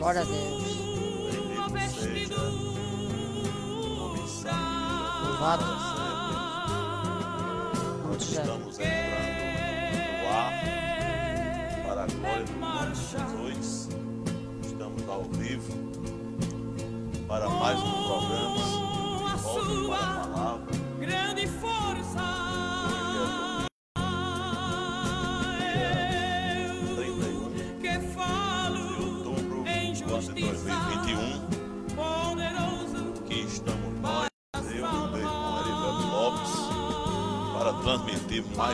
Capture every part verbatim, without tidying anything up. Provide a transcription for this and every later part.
Glória a Deus. Bendito seja o nome santo. Louvado. Nós estamos entrando no ar para a glória do nome de Jesus. Estamos ao vivo para mais um programa. Volta para a palavra. Grande força. trinta e um Que falo de outubro de dois mil e vinte e um. poderoso. Aqui estamos nós, eu e o meu irmão Erivelto Lopes, para transmitir mais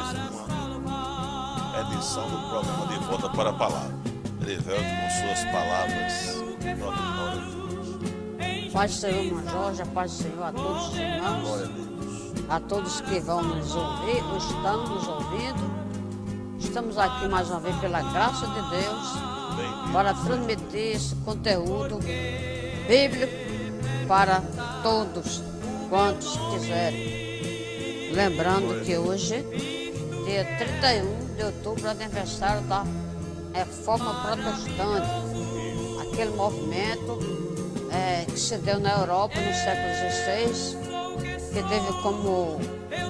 uma edição do programa De Volta para a Palavra. Erivelto, com suas palavras introdutórias. Paz do Senhor, irmão Jorge, a paz do Senhor a todos os irmãos, Glória a Deus. a todos que vão nos ouvir, ou estão nos ouvindo. Estamos aqui mais uma vez pela graça de Deus Bem-vindo. para transmitir esse conteúdo bíblico para todos quantos quiserem. Lembrando que hoje, dia trinta e um de outubro, é aniversário da Reforma Protestante, aquele movimento é, que se deu na Europa no século dezesseis, que teve como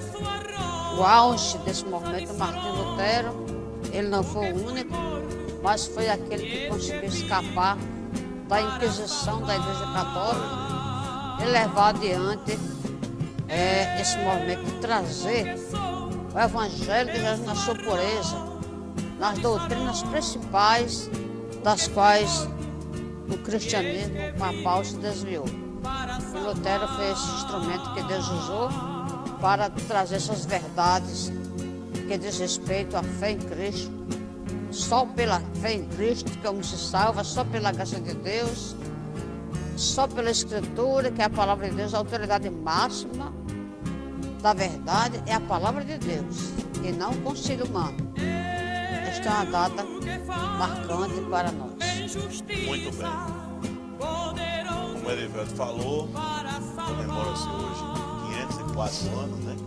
o auge desse movimento Martinho Lutero. Ele não foi o único, mas foi aquele que conseguiu escapar da Inquisição da Igreja Católica e levar adiante é, esse movimento de trazer o Evangelho de Jesus na sua pureza, nas doutrinas principais das quais o cristianismo papal se desviou. E Lutero foi esse instrumento que Deus usou para trazer essas verdades que diz respeito à fé em Cristo. Só pela fé em Cristo que o homem se salva, só pela graça de Deus, só pela Escritura, que é a palavra de Deus, a autoridade máxima da verdade é a palavra de Deus, e não o concílio humano. Esta é uma data marcante para nós. Muito bem. Como o Erivelto falou, comemora-se hoje quinhentos e quatro anos, né?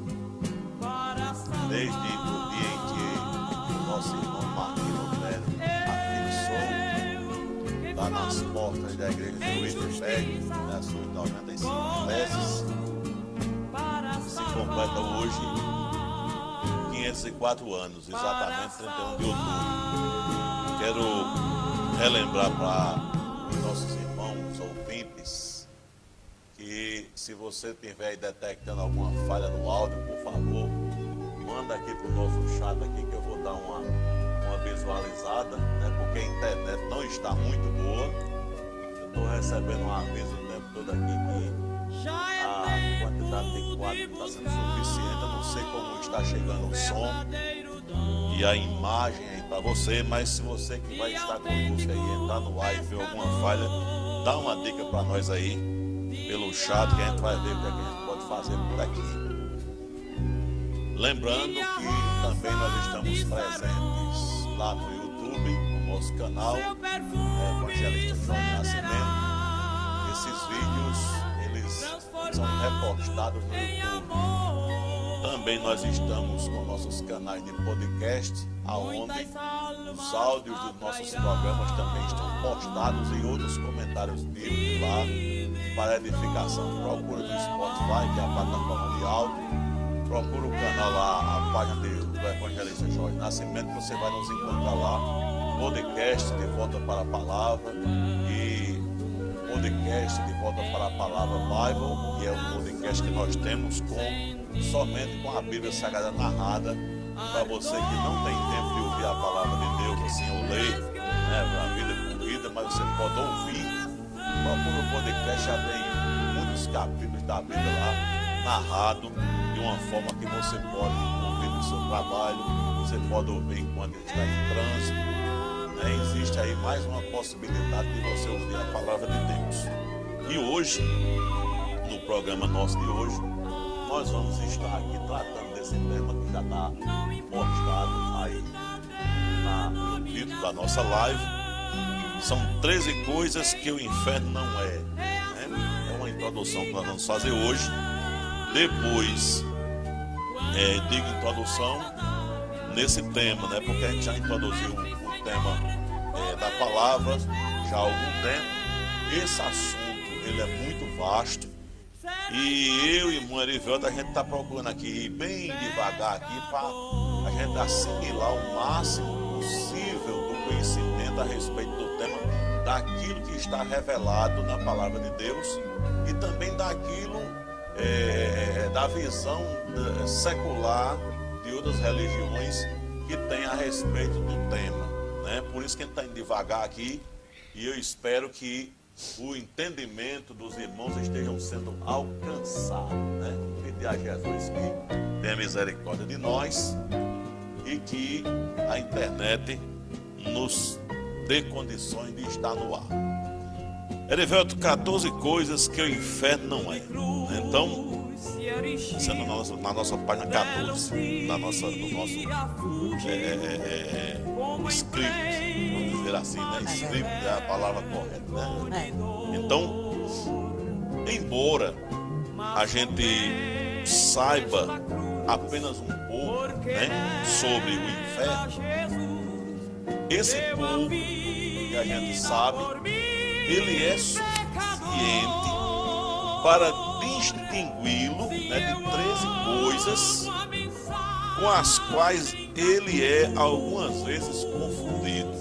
Desde o dia em que o nosso irmão Martinho Lutero afixou, está nas portas da igreja de Wittenberg, nas suas noventa e cinco teses, se completa hoje quinhentos e quatro anos, exatamente trinta e um de outubro. Quero relembrar para os nossos irmãos ouvintes que, se você estiver detectando alguma falha no áudio, por favor, manda aqui para o nosso chat aqui que eu vou dar uma, uma visualizada, né, porque a internet não está muito boa. Eu estou recebendo um aviso o tempo todo aqui que a quantidade de quadro não está sendo suficiente. Eu não sei como está chegando o som e a imagem aí para você, mas se você que vai estar conosco aí, entrar no ar e ver alguma falha, dá uma dica para nós aí pelo chat que a gente vai ver o que, é que a gente pode fazer por aqui. Lembrando que também nós estamos presentes lá no YouTube, no nosso canal Evangelista Jorge Nascimento. Esses vídeos, eles são repostados no YouTube. Também nós estamos com nossos canais de podcast, aonde os áudios dos nossos programas também estão postados e outros comentários bíblicos lá para edificação. Procura no Spotify, que é a plataforma de áudio. Procura o canal lá, a página do Evangelista Jorge Nascimento, você vai nos encontrar lá. Podcast De Volta para a Palavra e podcast De Volta para a Palavra Bible, que é um podcast que nós temos com, somente com a Bíblia Sagrada narrada, para você que não tem tempo de ouvir a palavra de Deus, assim, ou ler, né, a vida corrida, mas você pode ouvir. Procura o podcast, já tem muitos capítulos da Bíblia lá, narrado de uma forma que você pode ouvir no seu trabalho, você pode ouvir enquanto está em trânsito, né? Existe aí mais uma possibilidade de você ouvir a palavra de Deus. E hoje, no programa nosso de hoje, nós vamos estar aqui tratando desse tema que já está postado aí na, no título da nossa live. São treze coisas que o inferno não é, né? É uma introdução que nós vamos fazer hoje. Depois, é, digo introdução nesse tema, né? Porque a gente já introduziu o tema é, da palavra, já há algum tempo. Esse assunto, ele é muito vasto. E eu e a irmã Erivelta, a gente está procurando aqui ir bem devagar aqui para a gente assimilar o máximo possível do conhecimento a respeito do tema, daquilo que está revelado na palavra de Deus e também daquilo, é, da visão secular de outras religiões que tem a respeito do tema, né? Por isso que a gente está indo devagar aqui e eu espero que o entendimento dos irmãos estejam sendo alcançados, né? Pedir a Jesus que tenha misericórdia de nós e que a internet nos dê condições de estar no ar. Erivelto, quatorze coisas que o inferno não é. Então, isso é na nossa, na nossa página quatorze, na nossa, no nosso é, é, é, script, vamos dizer assim, né? Script é a palavra correta, né? Então, embora a gente saiba apenas um pouco, né, sobre o inferno, esse pouco que a gente sabe, ele é suficiente para distingui-lo, né, de treze coisas com as quais ele é algumas vezes confundido.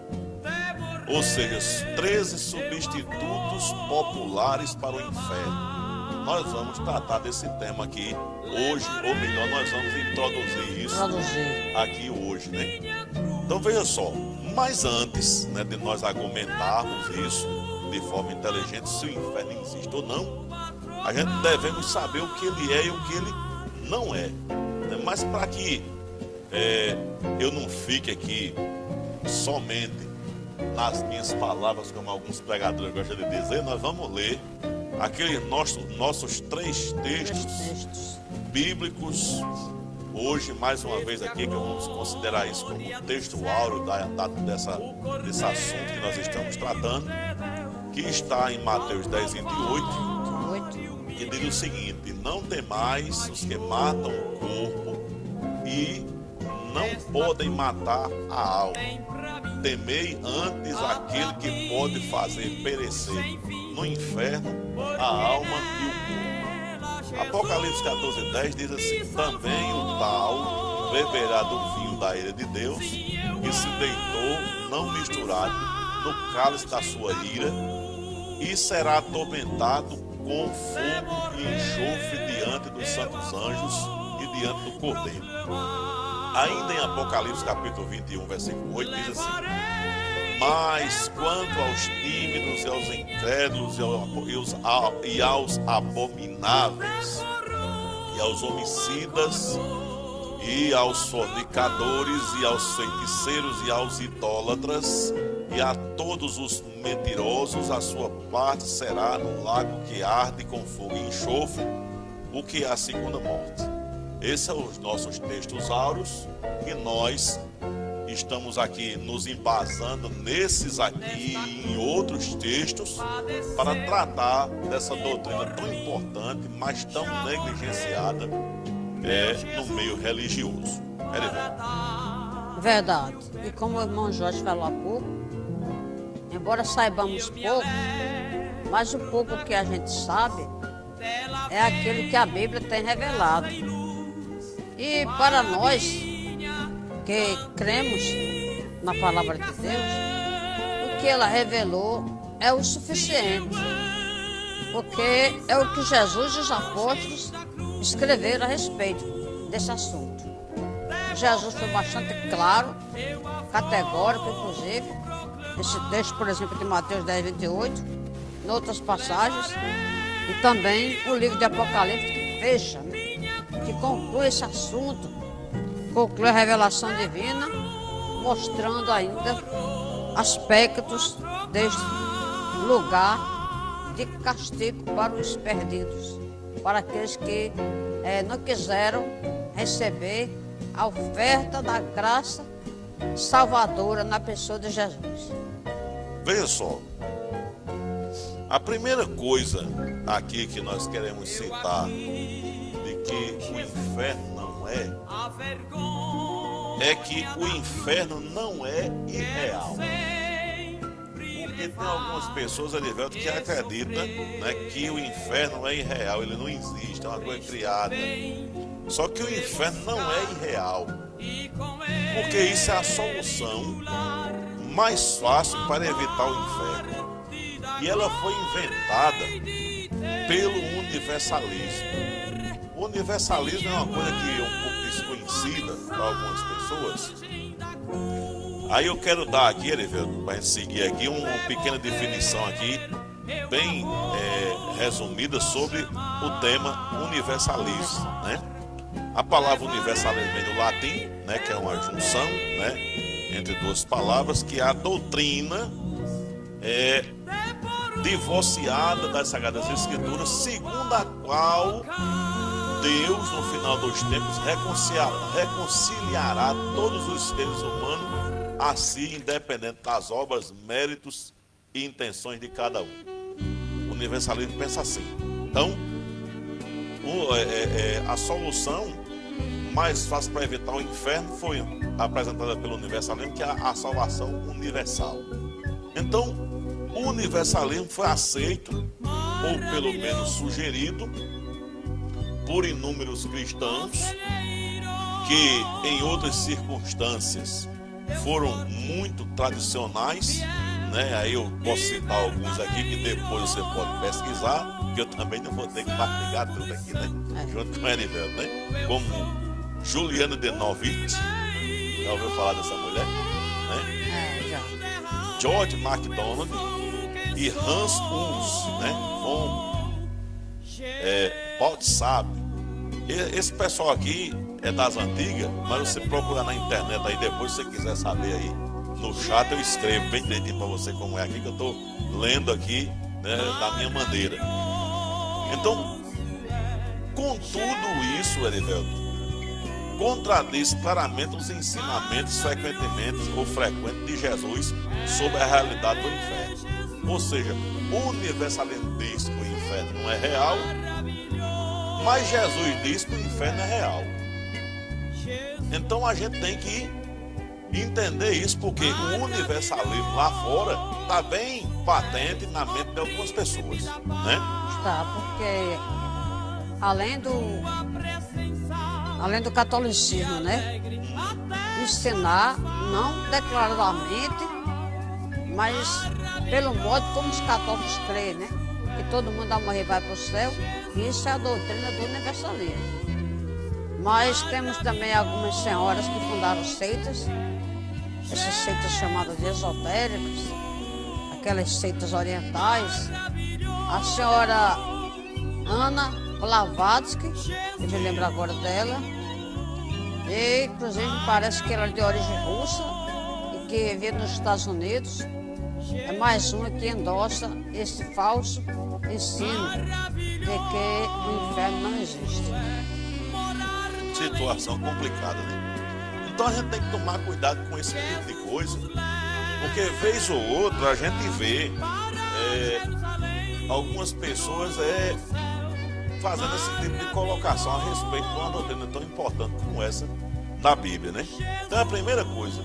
Ou seja, treze substitutos populares para o inferno. Nós vamos tratar desse tema aqui hoje, ou melhor, nós vamos introduzir isso Introduzir. aqui hoje, né? Então veja só, mas antes, né, de nós argumentarmos isso de forma inteligente, se o inferno existe ou não, a gente devemos saber o que ele é e o que ele não é, né? Mas para que é, eu não fique aqui somente nas minhas palavras, como alguns pregadores gostam de dizer, nós vamos ler aqueles nossos, nossos três textos Textos. bíblicos. Hoje, mais uma vez aqui, que vamos considerar isso como um texto áureo da, da, dessa, desse assunto que nós estamos tratando, que está em Mateus dez, vinte e oito, Oito. que diz o seguinte: não temais os que matam o corpo e não podem matar a alma. Temei antes aquele que pode fazer perecer no inferno a alma e o corpo. Apocalipse catorze, dez diz assim: também o tal beberá do vinho da ira de Deus, que se deitou não misturado no cálice da sua ira, e será atormentado com fogo e enxofre diante dos santos anjos e diante do Cordeiro. Ainda em Apocalipse capítulo vinte e um, versículo oito, diz assim: mas quanto aos tímidos e aos incrédulos e aos abomináveis e aos homicidas e aos fornicadores e aos feiticeiros e aos idólatras e a todos os mentirosos, a sua parte será no lago que arde com fogo e enxofre, o que é a segunda morte. Esses são os nossos textos áureos que nós estamos aqui nos embasando nesses aqui e em outros textos para tratar dessa doutrina tão importante, mas tão negligenciada é, no meio religioso. É Verdade. E como o irmão Jorge falou há pouco, embora saibamos pouco, mas o pouco que a gente sabe é aquele que a Bíblia tem revelado. E para nós que cremos na palavra de Deus, o que ela revelou é o suficiente, porque é o que Jesus e os apóstolos escreveram a respeito desse assunto. Jesus foi bastante claro, categórico, inclusive, esse texto, por exemplo, de Mateus dez, vinte e oito, em outras passagens, e também o livro de Apocalipse, que fecha, né, que conclui esse assunto, conclui a revelação divina, mostrando ainda aspectos deste lugar de castigo para os perdidos, para aqueles que eh, não quiseram receber a oferta da graça salvadora na pessoa de Jesus. Veja só, a primeira coisa aqui que nós queremos citar de que o inferno não é, é que o inferno não é irreal. Por que porque tem algumas pessoas, Erivelto, que acreditam, né, que o inferno é irreal, ele não existe, é uma coisa criada. Só que o inferno não é irreal, porque isso é a solução mais fácil para evitar o inferno. E ela foi inventada pelo universalismo. O universalismo é uma coisa que é um pouco desconhecida para algumas pessoas. Aí eu quero dar aqui, Erivelto, para a gente seguir aqui, uma pequena definição aqui, bem é, resumida sobre o tema universalismo, né? A palavra universalismo vem do latim, né, que é uma junção, né, entre duas palavras, que é a doutrina é, divorciada das Sagradas Escrituras, segundo a qual Deus, no final dos tempos, reconciliará, reconciliará todos os seres humanos a si, independente das obras, méritos e intenções de cada um. O universalismo pensa assim. Então, o, é, é, a solução mais fácil para evitar o inferno foi apresentada pelo universalismo, que é a, a salvação universal. Então, o universalismo foi aceito, ou pelo menos sugerido, por inúmeros cristãos que, em outras circunstâncias, foram muito tradicionais, né? Aí eu posso citar alguns aqui que depois você pode pesquisar, que eu também não vou ter que partilhar tudo aqui, né? Junto com o Erivelto, né? Como Juliana de Novice, já ouviu falar dessa mulher? Né? É, já. George MacDonald e Hans Hus, né? Com é, Paul Sabe. Esse pessoal aqui é das antigas, mas você procurar na internet aí depois, se você quiser saber aí, no chat eu escrevo bem direitinho para você como é aqui, que eu estou lendo aqui, né, da minha maneira. Então, com tudo isso, Erivelto, contradiz claramente os ensinamentos frequentemente ou frequentes de Jesus sobre a realidade do inferno. Ou seja, o universalismo diz que o inferno não é real, mas Jesus diz que o inferno é real. Então a gente tem que entender isso, porque o universalismo lá fora está bem patente na mente de algumas pessoas, né? Está, porque além do além do catolicismo, né, ensinar não declaradamente, mas pelo modo como os católicos creem, né, que todo mundo ao morrer vai para o céu. Isso é a doutrina do universalismo. Mas temos também algumas senhoras que fundaram seitas, essas seitas chamadas de esotéricas, aquelas seitas orientais. A senhora Ana Blavatsky, eu me lembro agora dela, e inclusive parece que ela é de origem russa e que vive nos Estados Unidos. É mais uma que endossa esse falso ensino de que o inferno não existe. Situação complicada, né? Então a gente tem que tomar cuidado com esse tipo de coisa, porque vez ou outra a gente vê é, algumas pessoas é, fazendo esse tipo de colocação a respeito de uma doutrina tão importante como essa da Bíblia, né? Então a primeira coisa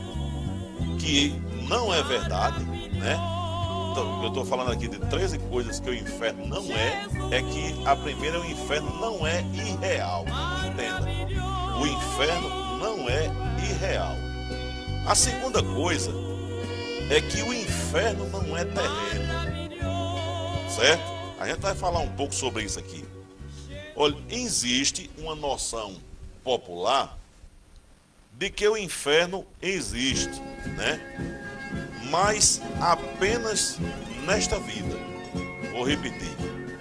que não é verdade, né? Então, eu estou falando aqui de treze coisas que o inferno não é, é que a primeira, o inferno não é irreal. Entenda, o inferno não é irreal. A segunda coisa é que o inferno não é terreno, certo? A gente vai falar um pouco sobre isso aqui. Olha, existe uma noção popular de que o inferno existe, né? Mas apenas nesta vida. Vou repetir.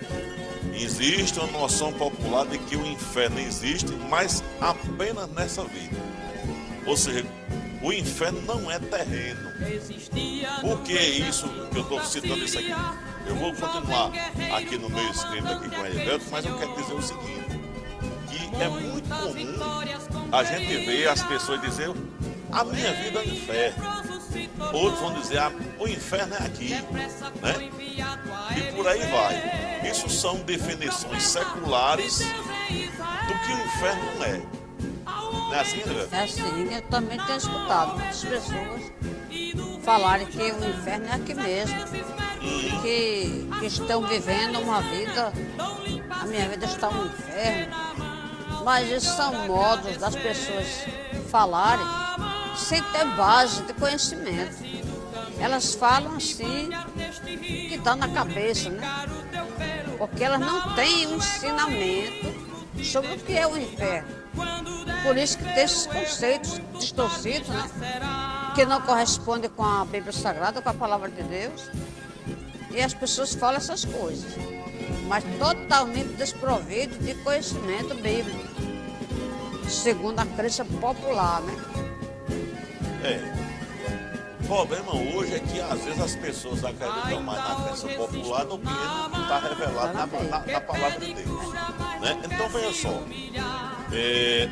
Existe uma noção popular de que o inferno existe, mas apenas nessa vida. Ou seja, o inferno não é terreno. Por que isso que eu estou citando isso aqui? Eu vou continuar aqui no meu escrito aqui com o Erivelto, mas eu quero dizer o seguinte, que é muito comum a gente ver as pessoas dizer: a minha vida é um inferno. Outros vão dizer: ah, o inferno é aqui, né? E por aí vai. Isso são definições seculares do que o inferno não é. Não é assim, André? É assim, eu também tenho escutado muitas pessoas falarem que o inferno é aqui mesmo, que, que estão vivendo uma vida, a minha vida está um inferno. Mas isso são modos das pessoas falarem sem ter base de conhecimento. Elas falam assim, que está na cabeça, né? Porque elas não têm um ensinamento sobre o que é o inferno. Por isso que tem esses conceitos distorcidos, né? Que não correspondem com a Bíblia Sagrada, com a Palavra de Deus. E as pessoas falam essas coisas, mas totalmente desprovido de conhecimento bíblico, segundo a crença popular, né? É. O problema hoje é que às vezes as pessoas acreditam mais na crença popular do que no que está revelado na, na, na palavra de Deus, né? Então veja só. É...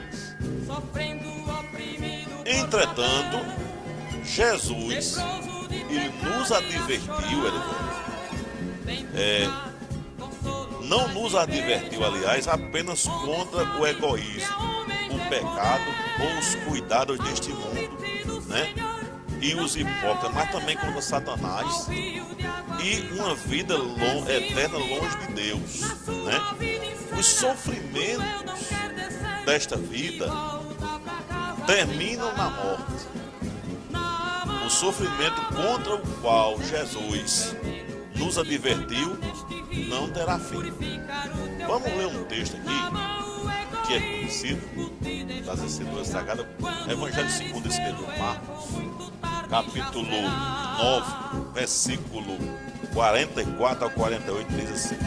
Entretanto, Jesus, ele nos advertiu, Erivelto, é, não nos advertiu, aliás, apenas contra o egoísmo, o pecado ou os cuidados deste mundo, né? E os hipócritas, mas também contra Satanás e uma vida long, eterna longe de Deus, né? Os sofrimentos desta vida terminam na morte. O sofrimento contra o qual Jesus nos advertiu não terá fim. Vamos ler um texto aqui que é conhecido das Escrituras Sagradas, Evangelho segundo escreveu Marcos, capítulo nove, versículo quarenta e quatro ao quarenta e oito, diz assim: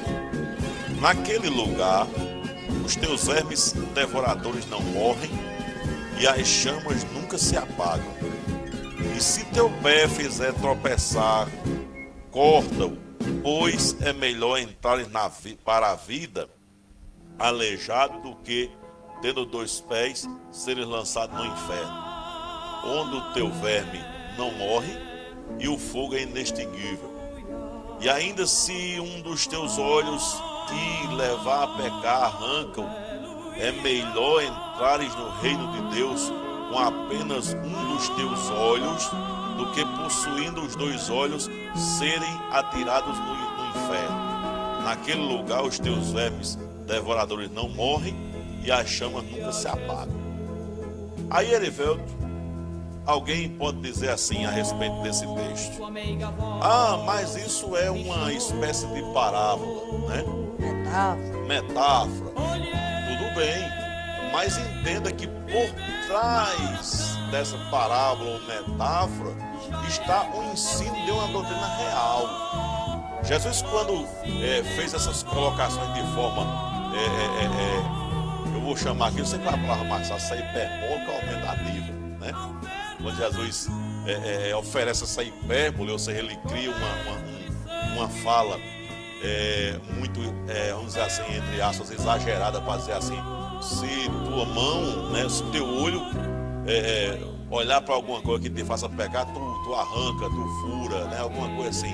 naquele lugar os teus vermes devoradores não morrem e as chamas nunca se apagam. E se teu pé fizer tropeçar, corta-o, pois é melhor entrares na vi- para a vida aleijado do que, tendo dois pés, seres lançado no inferno, onde o teu verme não morre e o fogo é inextinguível. E ainda se um dos teus olhos te levar a pecar, arranca-o. É melhor entrares no reino de Deus com apenas um dos teus olhos do que, possuindo os dois olhos, serem atirados no, no inferno. Naquele lugar os teus vermes devoradores não morrem e as chamas nunca se apagam. Aí, Erivelto, alguém pode dizer assim a respeito desse texto: ah, mas isso é uma espécie de parábola, né? Metáfora. Metáfora. Tudo bem. Mas entenda que por trás dessa parábola ou metáfora está o ensino de uma doutrina real. Jesus, quando é, fez essas colocações de forma, é, é, é, eu vou chamar aqui, eu sei que a palavra mais fácil, essa hiperbólica aumentativa, né? Quando Jesus é, é, oferece essa hipérbole, ou seja, ele cria uma, uma, uma fala é, muito, é, vamos dizer assim, entre aspas, exagerada, para dizer assim: se tua mão, né, se teu olho é, olhar para alguma coisa que te faça pecar, tu, tu arranca, tu fura, né, alguma coisa assim.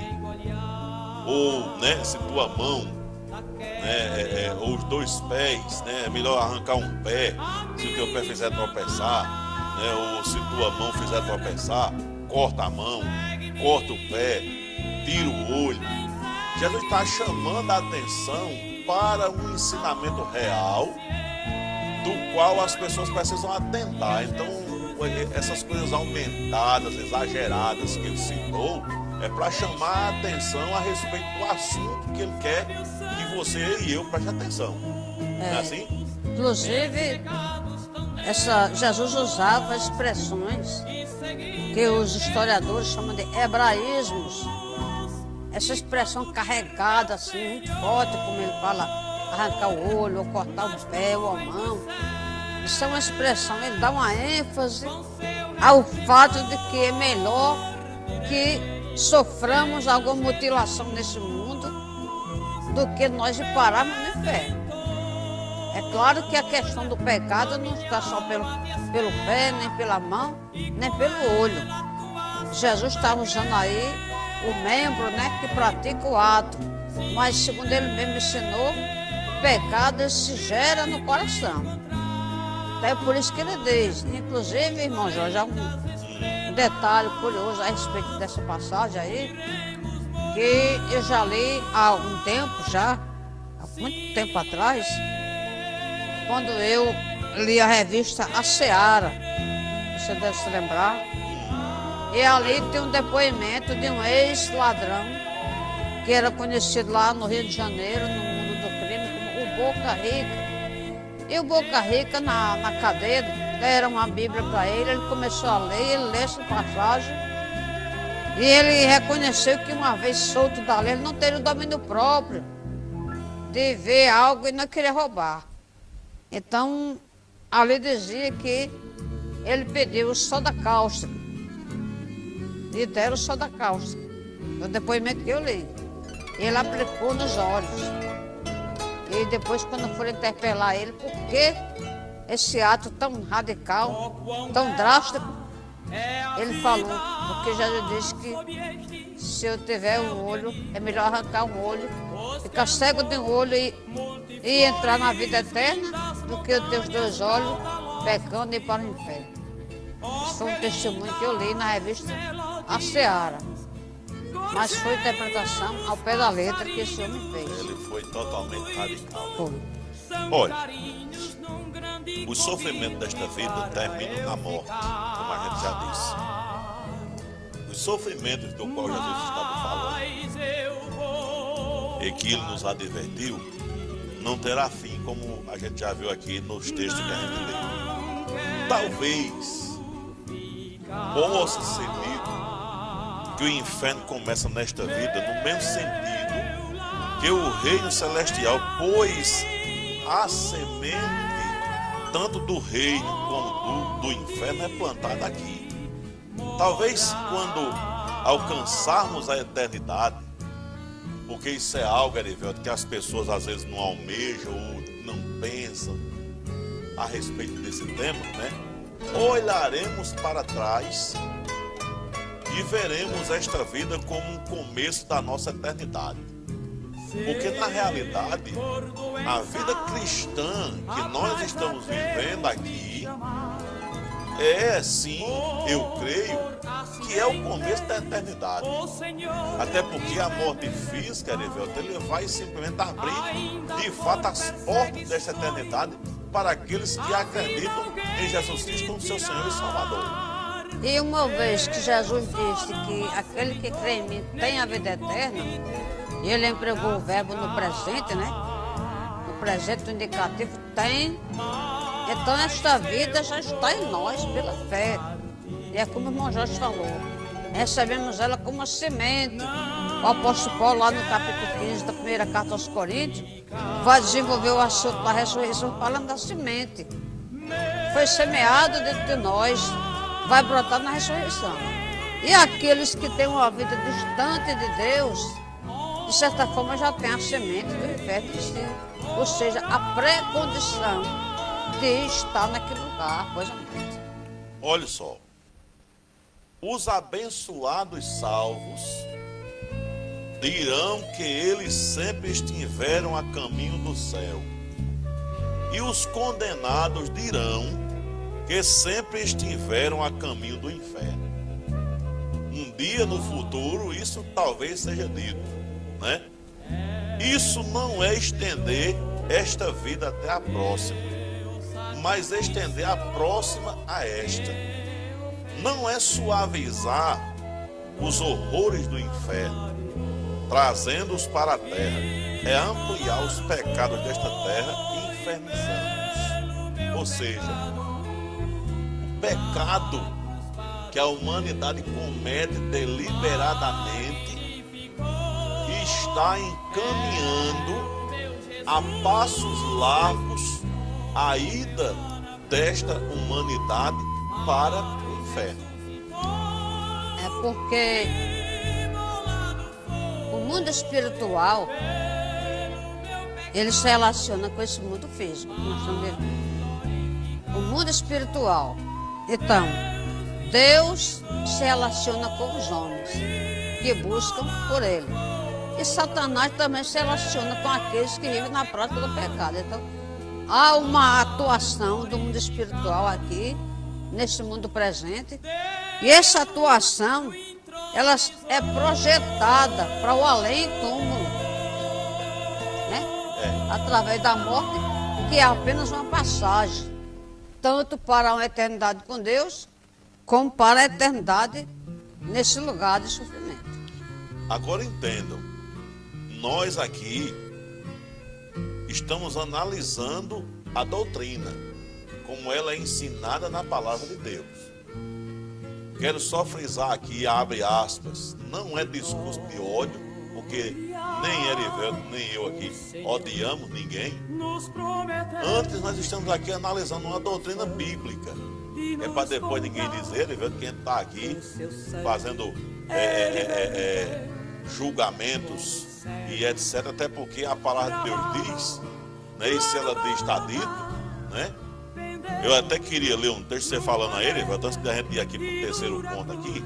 Ou, né, se tua mão, né, é, é, ou os dois pés, né, é melhor arrancar um pé, se o teu pé fizer tropeçar, né, ou se tua mão fizer tropeçar, corta a mão, corta o pé, tira o olho. Jesus está chamando a atenção para um ensinamento real, do qual as pessoas precisam atentar. Então, essas coisas aumentadas, exageradas que ele citou, é para chamar a atenção a respeito do assunto que ele quer que você e eu preste atenção. É. Não é assim? Inclusive, essa, Jesus usava expressões que os historiadores chamam de hebraísmos. Essa expressão carregada, assim, muito forte, como ele fala, arrancar o olho, ou cortar o pé, ou a mão. Isso é uma expressão, ele dá uma ênfase ao fato de que é melhor que soframos alguma mutilação nesse mundo do que nós ir pararmos no inferno. É claro que a questão do pecado não está só pelo, pelo pé, nem pela mão, nem pelo olho. Jesus está usando aí o membro, né, que pratica o ato, mas segundo ele mesmo ensinou, o pecado se gera no coração. Então é por isso que ele diz, inclusive, irmão Jorge, há um detalhe curioso a respeito dessa passagem aí, que eu já li há algum tempo já, há muito tempo atrás, quando eu li a revista A Seara, você deve se lembrar, e ali tem um depoimento de um ex-ladrão, que era conhecido lá no Rio de Janeiro, no mundo do crime, como o Boca Rica. E o Boca Rica, na, na cadeia, deram uma Bíblia para ele, ele começou a ler, ele lê essa passagem, e ele reconheceu que uma vez solto da lei, ele não teria o domínio próprio de ver algo e não queria roubar. Então, ali dizia que ele pediu soda cáustica, e deram soda cáustica, no depoimento que eu li. Ele aplicou nos olhos. E depois, quando foram interpelar ele, por que esse ato tão radical, tão drástico, ele falou, porque Jesus disse que se eu tiver um olho, é melhor arrancar um olho, ficar cego de um olho e, e entrar na vida eterna, do que eu ter os dois olhos pecando e ir para o inferno. Esse foi um testemunho que eu li na revista A Seara. Mas foi interpretação ao pé da letra que esse homem fez. Ele foi totalmente radical. Foi. Olha, os sofrimentos desta vida terminam na morte, como a gente já disse. Os sofrimentos do qual Jesus estava falando e que ele nos advertiu, não terá fim, como a gente já viu aqui nos textos que a gente leu. Talvez possa ser dito que o inferno começa nesta vida no mesmo sentido que o reino celestial, pois a semente tanto do reino como do, do inferno é plantada aqui. Talvez quando alcançarmos a eternidade, porque isso é algo, Erivelto, que as pessoas às vezes não almejam ou não pensam a respeito desse tema, né? Olharemos para trás e veremos esta vida como um começo da nossa eternidade. Porque na realidade, a vida cristã que nós estamos vivendo aqui é, sim, eu creio, que é o começo da eternidade. Até porque a morte física, Erivelto, ele vai simplesmente abrir de fato as portas desta eternidade para aqueles que acreditam em Jesus Cristo como seu Senhor e Salvador. E uma vez que Jesus disse que aquele que crê em mim tem a vida eterna, e ele empregou o verbo no presente, né? No presente, no indicativo, tem. Então esta vida já está em nós pela fé. E é como o irmão Jorge falou, recebemos ela como uma semente. O apóstolo Paulo, lá no capítulo quinze da primeira carta aos Coríntios, vai desenvolver o assunto da ressurreição falando da semente. Foi semeado dentro de nós, vai brotar na ressurreição. E aqueles que têm uma vida distante de Deus, de certa forma já tem a semente do inferno em si. Ou seja, a pré-condição de estar naquele lugar, coisa muito. Olha só, os abençoados salvos dirão que eles sempre estiveram a caminho do céu. E os condenados dirão que sempre estiveram a caminho do inferno. Um dia no futuro isso talvez seja dito, né? Isso não é estender esta vida até a próxima, mas estender a próxima a esta. Não é suavizar os horrores do inferno, trazendo-os para a terra, é ampliar os pecados desta terra e infernizando-os. Ou seja, o pecado que a humanidade comete deliberadamente está encaminhando a passos largos a ida desta humanidade para o inferno. É porque o mundo espiritual, ele se relaciona com esse mundo físico que nós estamos vivendo. O mundo espiritual. Então, Deus se relaciona com os homens que buscam por Ele. E Satanás também se relaciona com aqueles que vivem na prática do pecado. Então, há uma atuação do mundo espiritual aqui, nesse mundo presente, E essa atuação, ela é projetada para o além-túmulo, né? É. Através da morte, que é apenas uma passagem, tanto para uma eternidade com Deus, como para a eternidade nesse lugar de sofrimento. Agora entendam, nós aqui estamos analisando a doutrina, como ela é ensinada na palavra de Deus. Quero só frisar aqui, abre aspas, não é discurso de ódio, porque nem Erivelto, nem eu aqui odiamos ninguém. Antes nós estamos aqui analisando uma doutrina bíblica. É para depois ninguém dizer, Erivelto, que a gente está aqui fazendo é, é, é, é, julgamentos e etcétera. Até porque a palavra de Deus diz, né, e se ela diz, está dito, né? Eu até queria ler um texto, você falando a ele, antes da gente ir aqui para o terceiro ponto aqui.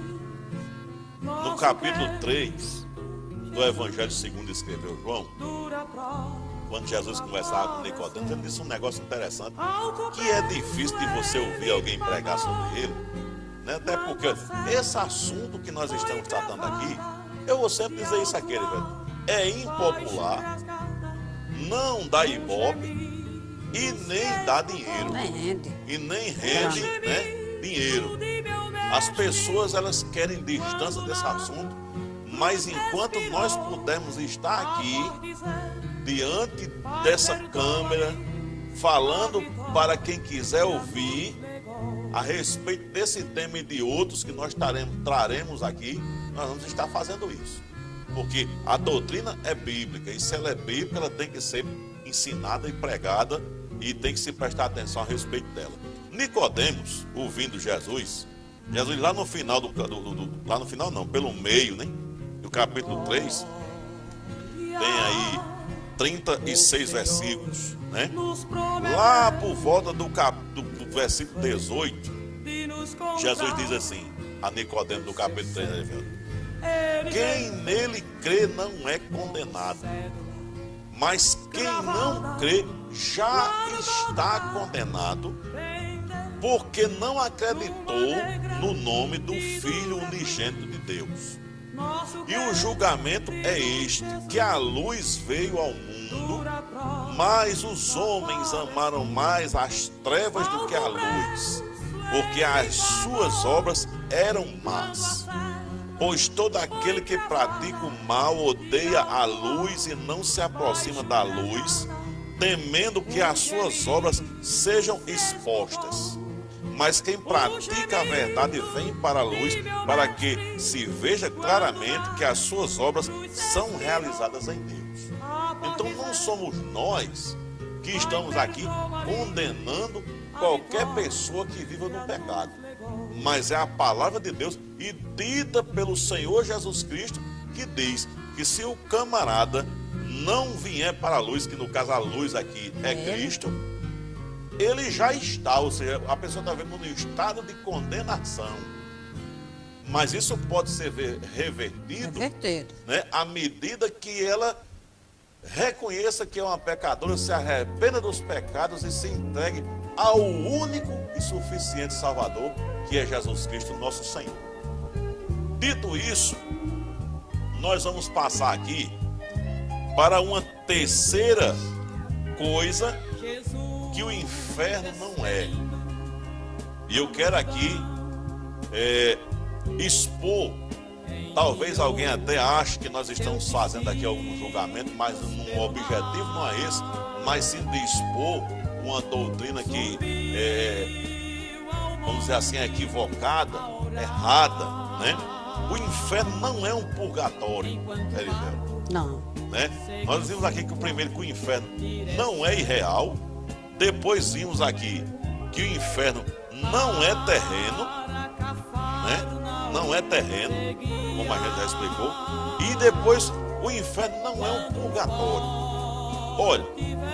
No capítulo três do Evangelho segundo escreveu João, quando Jesus conversava com Nicodemos, ele disse um negócio interessante, que é difícil de você ouvir alguém pregar sobre ele, né? Até porque esse assunto que nós estamos tratando aqui, eu vou sempre dizer isso aqui, velho, é impopular, não dá ibope, e nem dá dinheiro. Nem rende. E nem rende, né, dinheiro. As pessoas, elas querem distância desse assunto, mas enquanto nós pudermos estar aqui, diante dessa câmera, falando para quem quiser ouvir a respeito desse tema e de outros que nós taremos, traremos aqui, nós vamos estar fazendo isso. Porque a doutrina é bíblica, e se ela é bíblica, ela tem que ser ensinada e pregada, e tem que se prestar atenção a respeito dela. Nicodemos, ouvindo Jesus, Jesus lá no final do, do, do, do lá no final não, pelo meio, né, do capítulo três, tem aí trinta e seis versículos, né? Lá por volta do, cap, do, do versículo dezoito, Jesus diz assim a Nicodemos do capítulo três, quem nele crê não é condenado, mas quem não crê já está condenado, porque não acreditou no nome do Filho unigênito de Deus. E o julgamento é este, que a luz veio ao mundo, mas os homens amaram mais as trevas do que a luz, porque as suas obras eram más. Pois todo aquele que pratica o mal odeia a luz e não se aproxima da luz, temendo que as suas obras sejam expostas. Mas quem pratica a verdade vem para a luz, para que se veja claramente que as suas obras são realizadas em Deus. Então não somos nós que estamos aqui condenando qualquer pessoa que viva no pecado, mas é a palavra de Deus e dita pelo Senhor Jesus Cristo, que diz que se o camarada não vier para a luz, que no caso a luz aqui é Cristo, ele já está, ou seja, a pessoa está vendo no estado de condenação. Mas isso pode ser revertido, Revertido. né, à medida que ela reconheça que é uma pecadora, se arrependa dos pecados e se entregue ao único e suficiente Salvador, que é Jesus Cristo, nosso Senhor. Dito isso, nós vamos passar aqui para uma terceira coisa que o inferno não é. E eu quero aqui é, expor, talvez alguém até ache que nós estamos fazendo aqui algum julgamento, mas o objetivo não é esse, mas sim de expor uma doutrina que é, vamos dizer assim, é equivocada, errada, né? O inferno não é um purgatório, Erivelto. Não. Né? Nós vimos aqui que o primeiro, que o inferno não é irreal. Depois vimos aqui que o inferno não é terreno, né? Não é terreno, como a gente já explicou. E depois, o inferno não é um purgatório. Olha,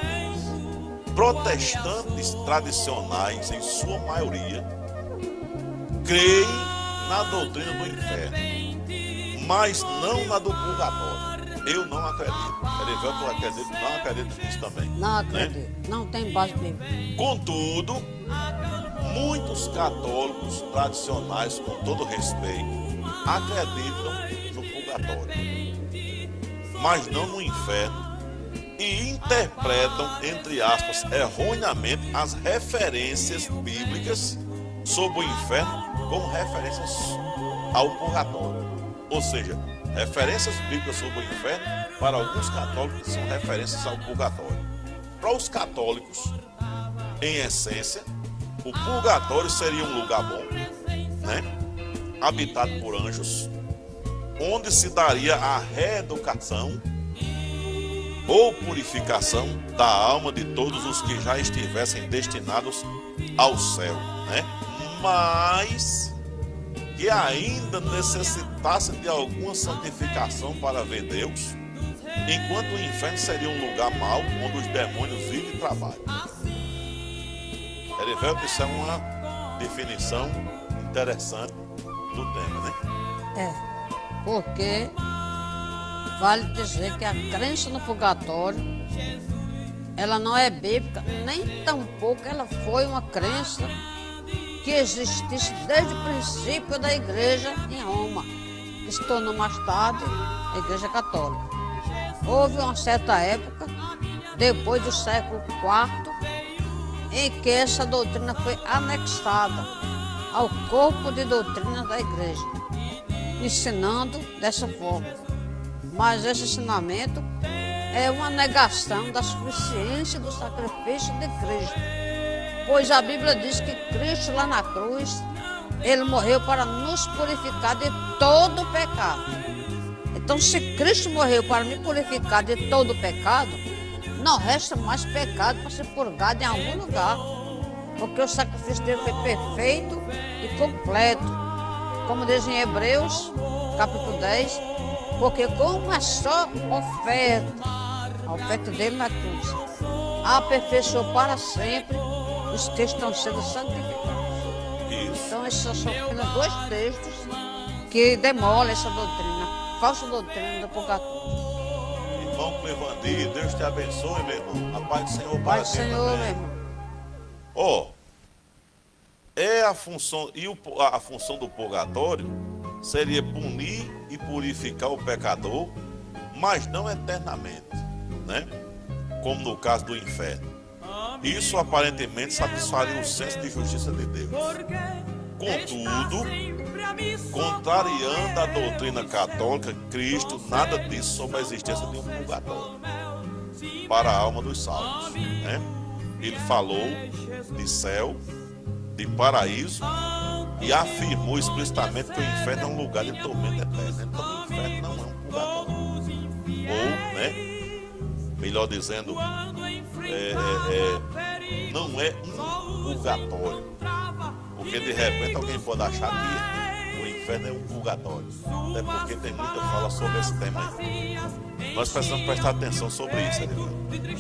protestantes tradicionais, em sua maioria, creem na doutrina do inferno, mas não na do purgatório. Eu não acredito. Erivelto acredita, não acredito nisso também. Não acredito. Né? Não tem base bíblica. Contudo, muitos católicos tradicionais, com todo respeito, acreditam no purgatório, mas não no inferno, e interpretam, entre aspas, erroneamente as referências bíblicas sobre o inferno como referências ao purgatório. Ou seja, referências bíblicas sobre o inferno, para alguns católicos, são referências ao purgatório. Para os católicos, em essência, o purgatório seria um lugar bom, né? Habitado por anjos, onde se daria a reeducação ou purificação da alma de todos os que já estivessem destinados ao céu, né? Mas que ainda necessitassem de alguma santificação para ver Deus, enquanto o inferno seria um lugar mau, onde os demônios vivem e trabalham. Erivelto, isso é uma definição interessante do tema, né? É, porque vale dizer que a crença no purgatório, ela não é bíblica, nem tampouco ela foi uma crença que existisse desde o princípio da igreja em Roma, que se tornou mais tarde a igreja católica. Houve uma certa época, depois do século quarto, em que essa doutrina foi anexada ao corpo de doutrinas da igreja, ensinando dessa forma. Mas esse ensinamento é uma negação da suficiência do sacrifício de Cristo, pois a Bíblia diz que Cristo lá na cruz, ele morreu para nos purificar de todo o pecado. Então, se Cristo morreu para me purificar de todo o pecado, não resta mais pecado para ser purgado em algum lugar, porque o sacrifício dele foi perfeito e completo, como diz em Hebreus, capítulo dez, porque como é só oferta, a oferta dele na cruz, aperfeiçoou para sempre os que estão sendo santificados. Isso. Então, esses são apenas dois textos que demolem essa doutrina, falsa doutrina do purgatório. Irmão Clevandir, Deus te abençoe, meu irmão. A paz do Senhor para Pai do ti Senhor, meu também. irmão. Ó, é a função, e o, a função do purgatório seria punir e purificar o pecador, mas não eternamente, né? Como no caso do inferno. Isso aparentemente satisfaria o senso de justiça de Deus. Contudo, contrariando a doutrina católica, Cristo nada disse sobre a existência de um purgatório para a alma dos salvos, né? Ele falou de céu, de paraíso, e afirmou explicitamente que o inferno é um lugar de tormento eterno. Então o inferno não é um purgatório. Ou, né, melhor dizendo, é, é, é, não é um purgatório. Porque de repente alguém pode achar que o inferno é um purgatório. Até porque tem muita fala sobre esse tema aí. Nós precisamos prestar atenção sobre isso, Edilson.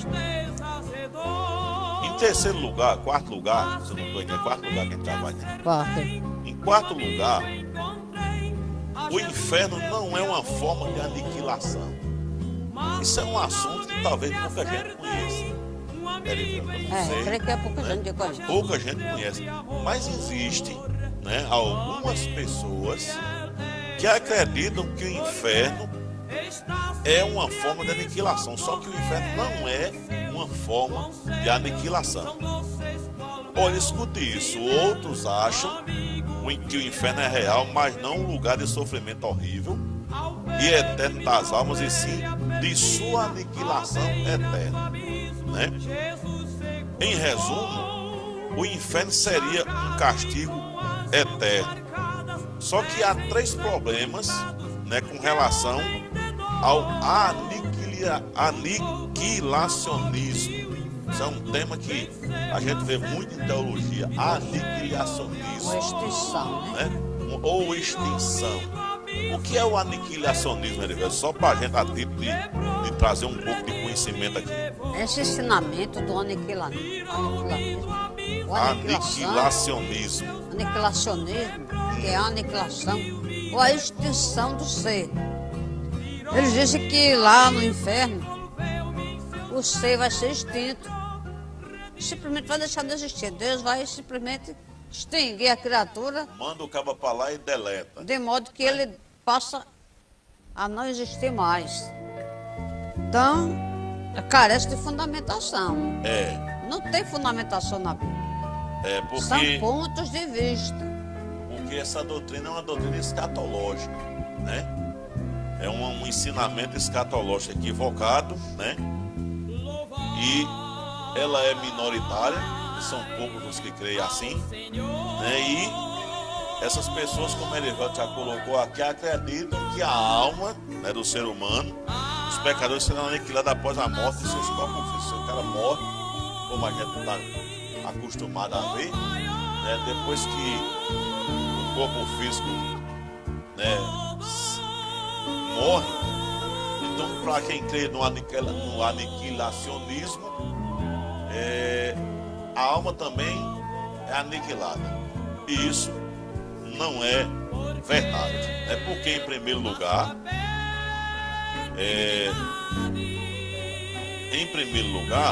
Em terceiro lugar, quarto lugar, se eu não estou aqui, é quarto lugar que a gente trabalha. Quarto. Em quarto lugar, o inferno não é uma forma de aniquilação. Isso é um assunto que talvez pouca gente conheça. É, creio que é pouca gente que conhece. Pouca gente conhece. Mas existe, né, algumas pessoas que acreditam que o inferno é uma forma de aniquilação. Só que o inferno não é uma forma de aniquilação. Olha, escute isso. Outros acham que o inferno é real, mas não um lugar de sofrimento horrível e eterno das almas, e sim de sua aniquilação eterna, né? Em resumo, o inferno seria um castigo eterno. Só que há três problemas, né, com relação ao aniquila, aniquilacionismo. Isso é um tema que a gente vê muito em teologia, aniquilacionismo. Ou extinção, né? né? Ou extinção. O que é o aniquilacionismo, Erivelto? Só para a gente, a título de, de trazer um pouco de conhecimento aqui. Esse ensinamento do aniquilanismo, aniquilanismo, o Aniquilacionismo. aniquilacionismo, que é a aniquilação ou a extinção do ser. Eles dizem que lá no inferno o ser vai ser extinto, simplesmente vai deixar de existir. Deus vai simplesmente extinguir a criatura, manda o cabo para lá e deleta. de modo que ele passa a não existir mais. Então, carece de fundamentação. É, Não tem fundamentação na Bíblia. é São porque, pontos de vista. porque essa doutrina é uma doutrina escatológica, né? É um, um ensinamento escatológico equivocado, né? E ela é minoritária, e são poucos os que creem assim, né? E essas pessoas, como ele já colocou aqui, acreditam que a alma, né, do ser humano, os pecadores serão aniquilados após a morte de seus corpos físicos. O cara morre, como a gente está acostumado a ver, né? Depois que o corpo físico, né, morre, então, para quem crê no, aniquila, no aniquilacionismo, é, a alma também é aniquilada. E isso não é verdade. É porque, em primeiro lugar, é, em primeiro lugar,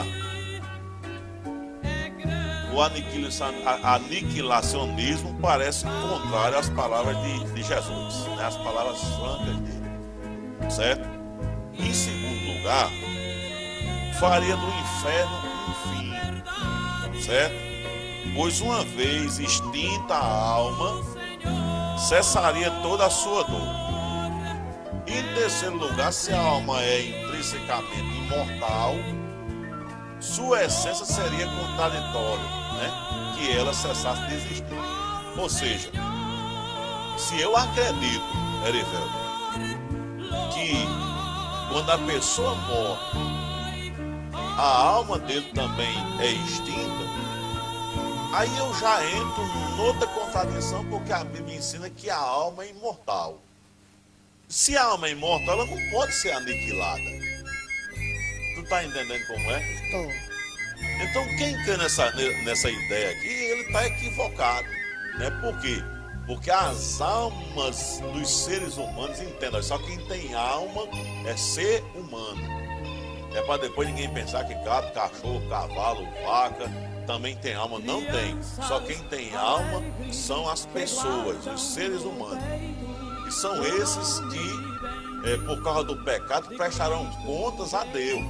o aniquilacionismo parece contrário às palavras de, de Jesus, né? As palavras francas dele, certo? Em segundo lugar, faria do inferno um fim, certo? Pois uma vez extinta a alma, cessaria toda a sua dor. Em terceiro lugar, se a alma é intrinsecamente imortal, sua essência seria contraditória, né? Que ela cessasse de existir. Ou seja, se eu acredito, Erivelto, que quando a pessoa morre, a alma dele também é extinta, aí eu já entro noutra contradição, porque a Bíblia ensina que a alma é imortal. Se a alma é imortal, ela não pode ser aniquilada. Tu tá entendendo como é? Estou. Então quem crê nessa, nessa ideia aqui, ele está equivocado, né? Por quê? Porque as almas dos seres humanos, entendam, só quem tem alma é ser humano. É para depois ninguém pensar que gato, cachorro, cavalo, vaca também tem alma. Não tem. Só quem tem alma são as pessoas, os seres humanos. E são esses que, é, por causa do pecado, prestarão contas a Deus.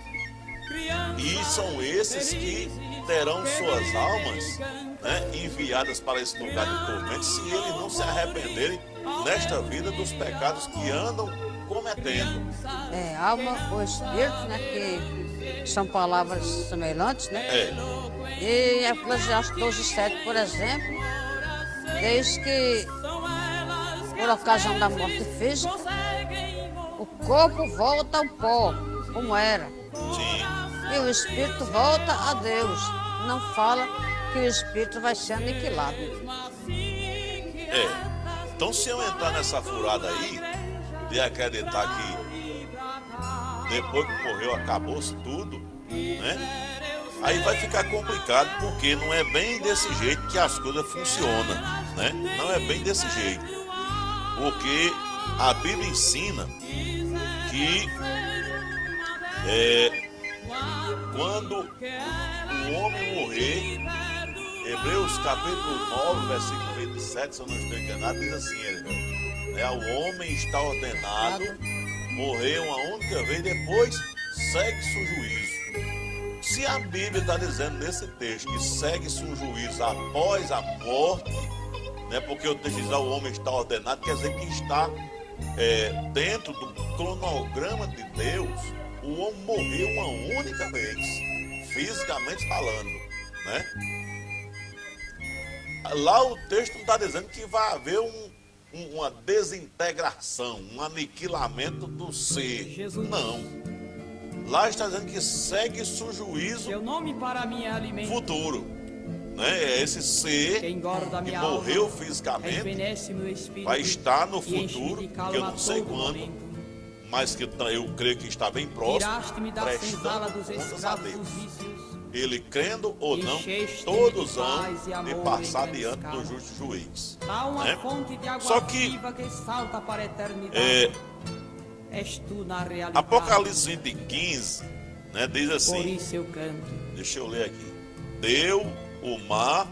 E são esses que terão suas almas, né, enviadas para esse lugar de tormento, se eles não se arrependerem nesta vida dos pecados que andam cometendo. É, alma ou espírito, né? Que são palavras semelhantes, né? É, E Eclesiastes doze, sete, por exemplo, diz que por ocasião da morte física, o corpo volta ao pó, como era. sim. E o espírito volta a Deus. Não fala que o espírito vai ser aniquilado. É. Então, se eu entrar nessa furada aí, de acreditar que depois que morreu acabou-se tudo, né? Aí vai ficar complicado, porque não é bem desse jeito que as coisas funcionam, né? Não é bem desse jeito. Porque a Bíblia ensina que é, quando o homem morrer, Hebreus capítulo nove, versículo vinte e sete, se eu não estou enganado, diz assim, ele, né, o homem está ordenado morrer uma única vez, depois segue-se o juízo. Se a Bíblia está dizendo nesse texto que segue-se um juízo após a morte, né, porque o texto diz que o homem está ordenado, quer dizer que está é, dentro do cronograma de Deus, o homem morreu uma única vez, fisicamente falando, né? Lá o texto não está dizendo que vai haver um, um, uma desintegração, um aniquilamento do ser. Jesus. Não. Lá está dizendo que segue-se o juízo Teu nome para mim é alimento. futuro. Né? É esse ser Que engorda que minha morreu alma, fisicamente, rejuvenesce meu espírito, vai estar no e enche-me futuro, de que calma eu não sei a todo quando, momento. mas que eu creio que está bem próximo, Tiraste-me da senzala prestando dos contas a escravos Deus. dos vícios. Ele crendo ou não, Encheste-me todos de hão paz e amor de em passar grande diante escala. do justo juiz. Há uma né? fonte de água Só que, viva que salta para a eternidade. É, És tu na realidade. Apocalipse vinte e quinze, né, diz Por assim, isso eu canto. deixa eu ler aqui. Deu o mar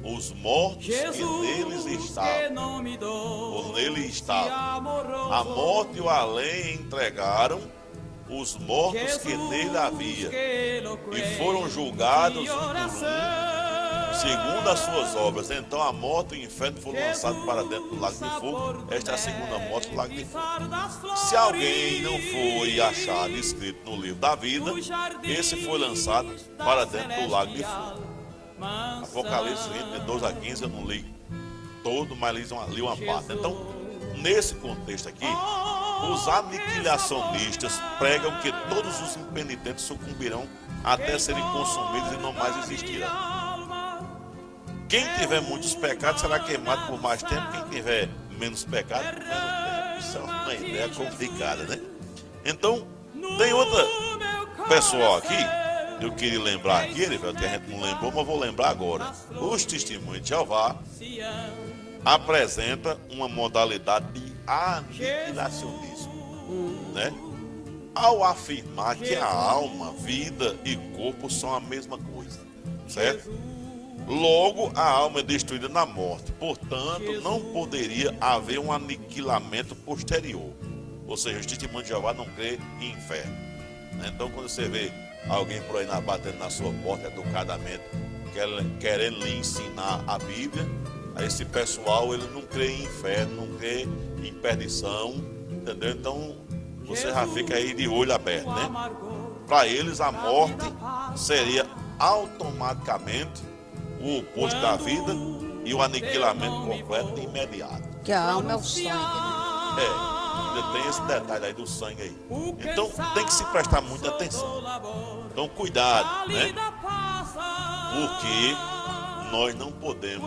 os mortos que neles estavam, ou nele estavam. A morte e o além entregaram os mortos que nele havia, e foram julgados um por um, segundo as suas obras. Então a morte e o inferno foram lançados para dentro do lago de fogo. Esta é a segunda morte do lago de fogo. Se alguém não foi achado escrito no livro da vida, esse foi lançado para dentro do lago de fogo. Apocalipse vinte, de doze a quinze, eu não li todo, mas li uma, li uma parte. Então, nesse contexto aqui, os aniquilacionistas pregam que todos os impenitentes sucumbirão até serem consumidos e não mais existirão. Quem tiver muitos pecados será queimado por mais tempo, quem tiver menos pecado, por menos tempo. Isso é uma ideia complicada, né? Então, tem outra pessoal aqui, eu queria lembrar aqui, Erivelto, que a gente não lembrou, mas vou lembrar agora. Os Testemunhos de Jeová apresenta uma modalidade de aniquilacionismo, né? Ao afirmar que a alma, vida e corpo são a mesma coisa, certo? Logo, a alma é destruída na morte, portanto, não poderia haver um aniquilamento posterior. Ou seja, os Testemunhos de Jeová não crê em inferno, né? Então, quando você vê alguém por aí batendo na sua porta educadamente, querendo lhe ensinar a Bíblia, a esse pessoal, ele não crê em inferno, não crê em perdição, entendeu? Então você já fica aí de olho aberto, né? Para eles a morte seria automaticamente o oposto da vida e o aniquilamento completo e imediato. Que a alma é o sangue, né? É, ainda tem esse detalhe aí do sangue aí. Então tem que se prestar muita atenção. Então cuidado, né? Porque nós não podemos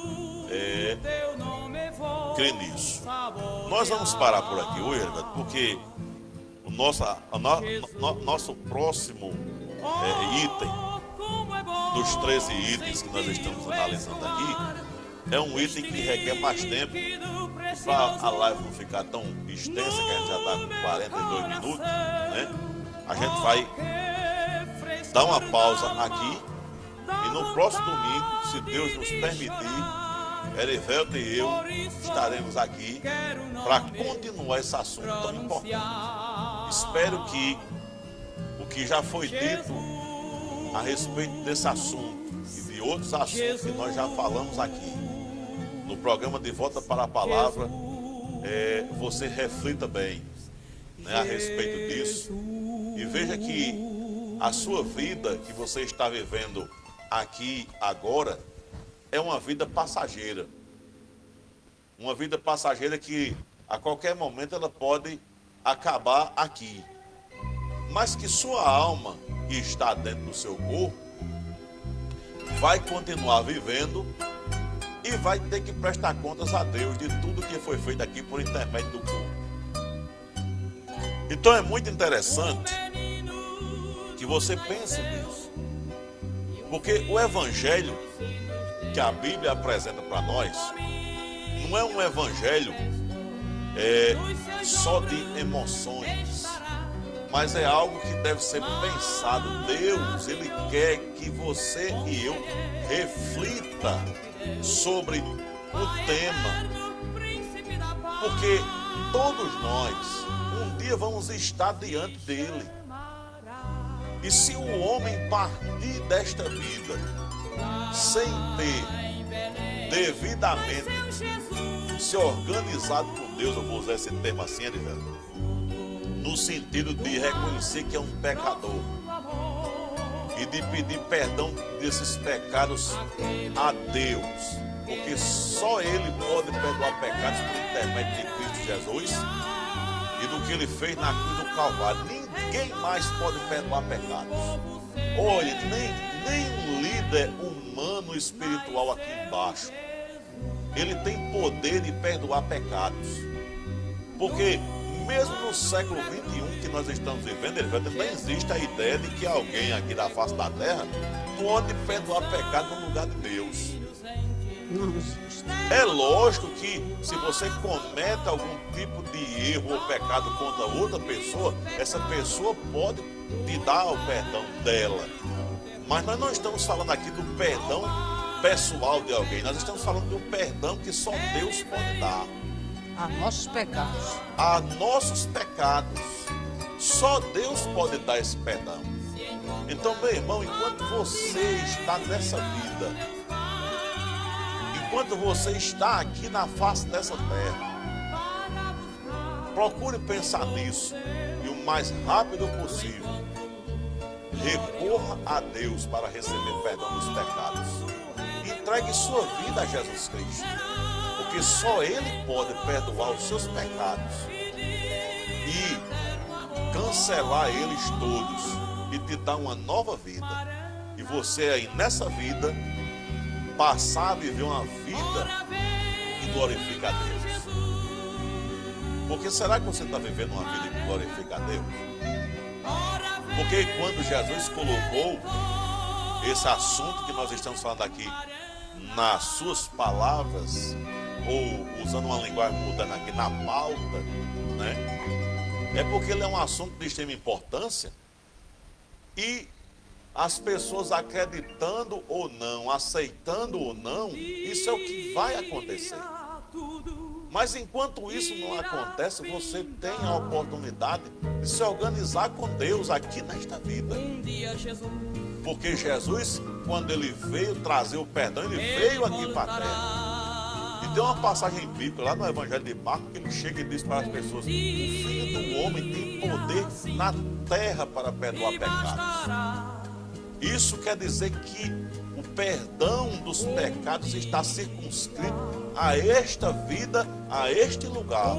é, crer nisso. Nós vamos parar por aqui hoje, porque o nosso, a no, no, nosso próximo é, item, dos treze itens que nós estamos analisando aqui, é um item que requer mais tempo, para a live não ficar tão extensa, que a gente já está com quarenta e dois minutos, né? A gente vai dar uma pausa aqui e no próximo domingo, se Deus nos permitir, Erivelto e eu estaremos aqui para continuar esse assunto tão importante. Espero que o que já foi dito a respeito desse assunto e de outros assuntos que nós já falamos aqui no programa De Volta para a Palavra, é, você reflita bem, né, a respeito disso e veja que a sua vida que você está vivendo aqui agora é uma vida passageira. Uma vida passageira que a qualquer momento ela pode acabar aqui. Mas que sua alma, que está dentro do seu corpo, vai continuar vivendo e vai ter que prestar contas a Deus de tudo que foi feito aqui por intermédio do corpo. Então é muito interessante que você pense nisso. Porque o evangelho que a Bíblia apresenta para nós não é um evangelho é, só de emoções, mas é algo que deve ser pensado. Deus, Ele quer que você e eu reflita sobre o tema, porque todos nós um dia vamos estar diante dele. E se o homem partir desta vida sem ter devidamente se organizado com Deus, eu vou usar esse termo assim, Erivelto, no sentido de reconhecer que é um pecador e de pedir perdão desses pecados a Deus, porque só Ele pode perdoar pecados por intermédio de Cristo Jesus e do que Ele fez na cruz do Calvário. Ninguém mais pode perdoar pecados. Olha, nem, nem um líder humano espiritual aqui embaixo, ele tem poder de perdoar pecados. Porque mesmo no século vinte e um que nós estamos vivendo, não existe a ideia de que alguém aqui da face da terra pode perdoar pecado no lugar de Deus. É lógico que se você comete algum tipo de erro ou pecado contra outra pessoa, essa pessoa pode te dar o perdão dela. Mas nós não estamos falando aqui do perdão pessoal de alguém. Nós estamos falando de um perdão que só Deus pode dar. A nossos pecados. A nossos pecados. Só Deus pode dar esse perdão. Então, meu irmão, enquanto você está nessa vida, enquanto você está aqui na face dessa terra, procure pensar nisso e o mais rápido possível recorra a Deus para receber perdão dos pecados. Entregue sua vida a Jesus Cristo, porque só Ele pode perdoar os seus pecados e cancelar eles todos e te dar uma nova vida. E você aí nessa vida passar a viver uma vida que glorifica a Deus. Porque será que você está vivendo uma vida que glorifica a Deus? Porque quando Jesus colocou esse assunto que nós estamos falando aqui nas suas palavras, ou usando uma linguagem mudando aqui na pauta, né? É porque ele é um assunto de extrema importância e as pessoas acreditando ou não, aceitando ou não, isso é o que vai acontecer. Mas enquanto isso não acontece, você tem a oportunidade de se organizar com Deus aqui nesta vida. Porque Jesus, quando ele veio trazer o perdão, ele veio aqui para a terra. E tem uma passagem bíblica lá no Evangelho de Marcos que ele chega e diz para as pessoas: o Filho do Homem tem poder na terra para perdoar pecados. Isso quer dizer que o perdão dos pecados está circunscrito a esta vida, a este lugar.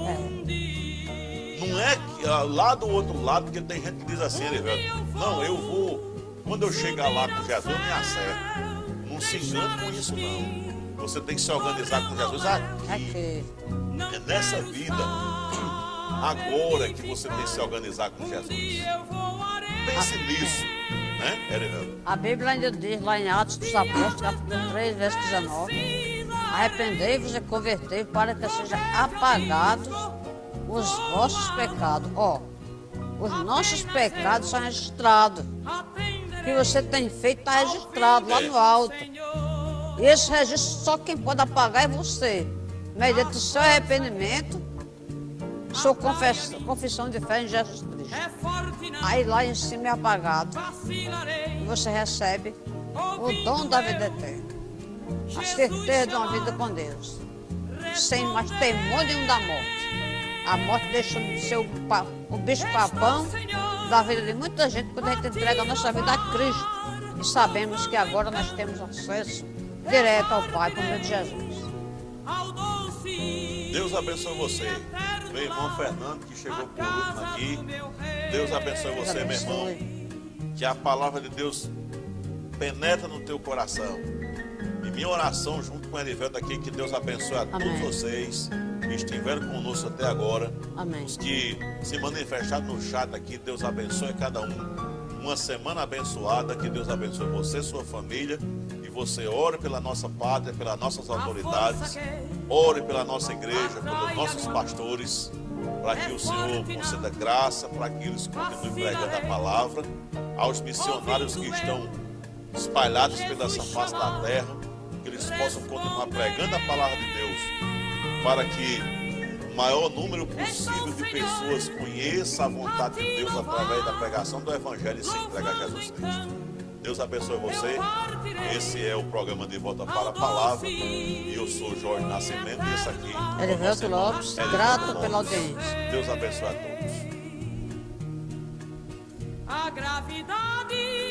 Não é que, lá do outro lado, porque tem gente que diz assim, não, eu vou, quando eu chegar lá com Jesus, eu me acerto. Não se engane com isso, não. Você tem que se organizar com Jesus aqui, é nessa vida, agora que você tem que se organizar com Jesus. Pense nisso, né, Erivelto? A Bíblia ainda diz lá em Atos dos Apóstolos, capítulo três, verso dezenove: arrependei-vos e convertei-vos para que sejam apagados os vossos pecados. Ó, os nossos pecados são registrados. O que você tem feito está registrado lá no alto. E esse registro só quem pode apagar é você. Mediante o seu arrependimento, sua confissão, confissão de fé em Jesus Cristo. Aí lá em cima é apagado. E você recebe o dom da vida eterna. A certeza de uma vida com Deus. Sem mais temor nenhum da morte. A morte deixa de ser o, o bicho papão da vida de muita gente quando a gente entrega a nossa vida a Cristo. E sabemos que agora nós temos acesso direto ao Pai por meio de Jesus. Deus abençoe você, meu irmão Fernando, que chegou por último aqui. Deus abençoe você, meu irmão. Que a palavra de Deus penetra no teu coração. E minha oração junto com o Erivelto aqui, que Deus abençoe a Amém. Todos vocês que estiveram conosco até agora. Amém. Os que se manifestaram no chat aqui, Deus abençoe cada um. Uma semana abençoada, que Deus abençoe você, sua família. E você ore pela nossa pátria, pelas nossas autoridades. Ore pela nossa igreja, pelos nossos pastores, para que o Senhor conceda graça, para que eles continuem pregando a palavra. Aos missionários que estão espalhados pela essa face da terra, que eles possam continuar pregando a palavra de Deus, para que o maior número possível de pessoas conheça a vontade de Deus através da pregação do Evangelho e se entregue a Jesus Cristo. Deus abençoe você. Esse é o programa De Volta para a Palavra. E eu sou Jorge Nascimento e esse aqui é Erivelto Lopes, grato pela audiência. Deus abençoe a todos. A gravidade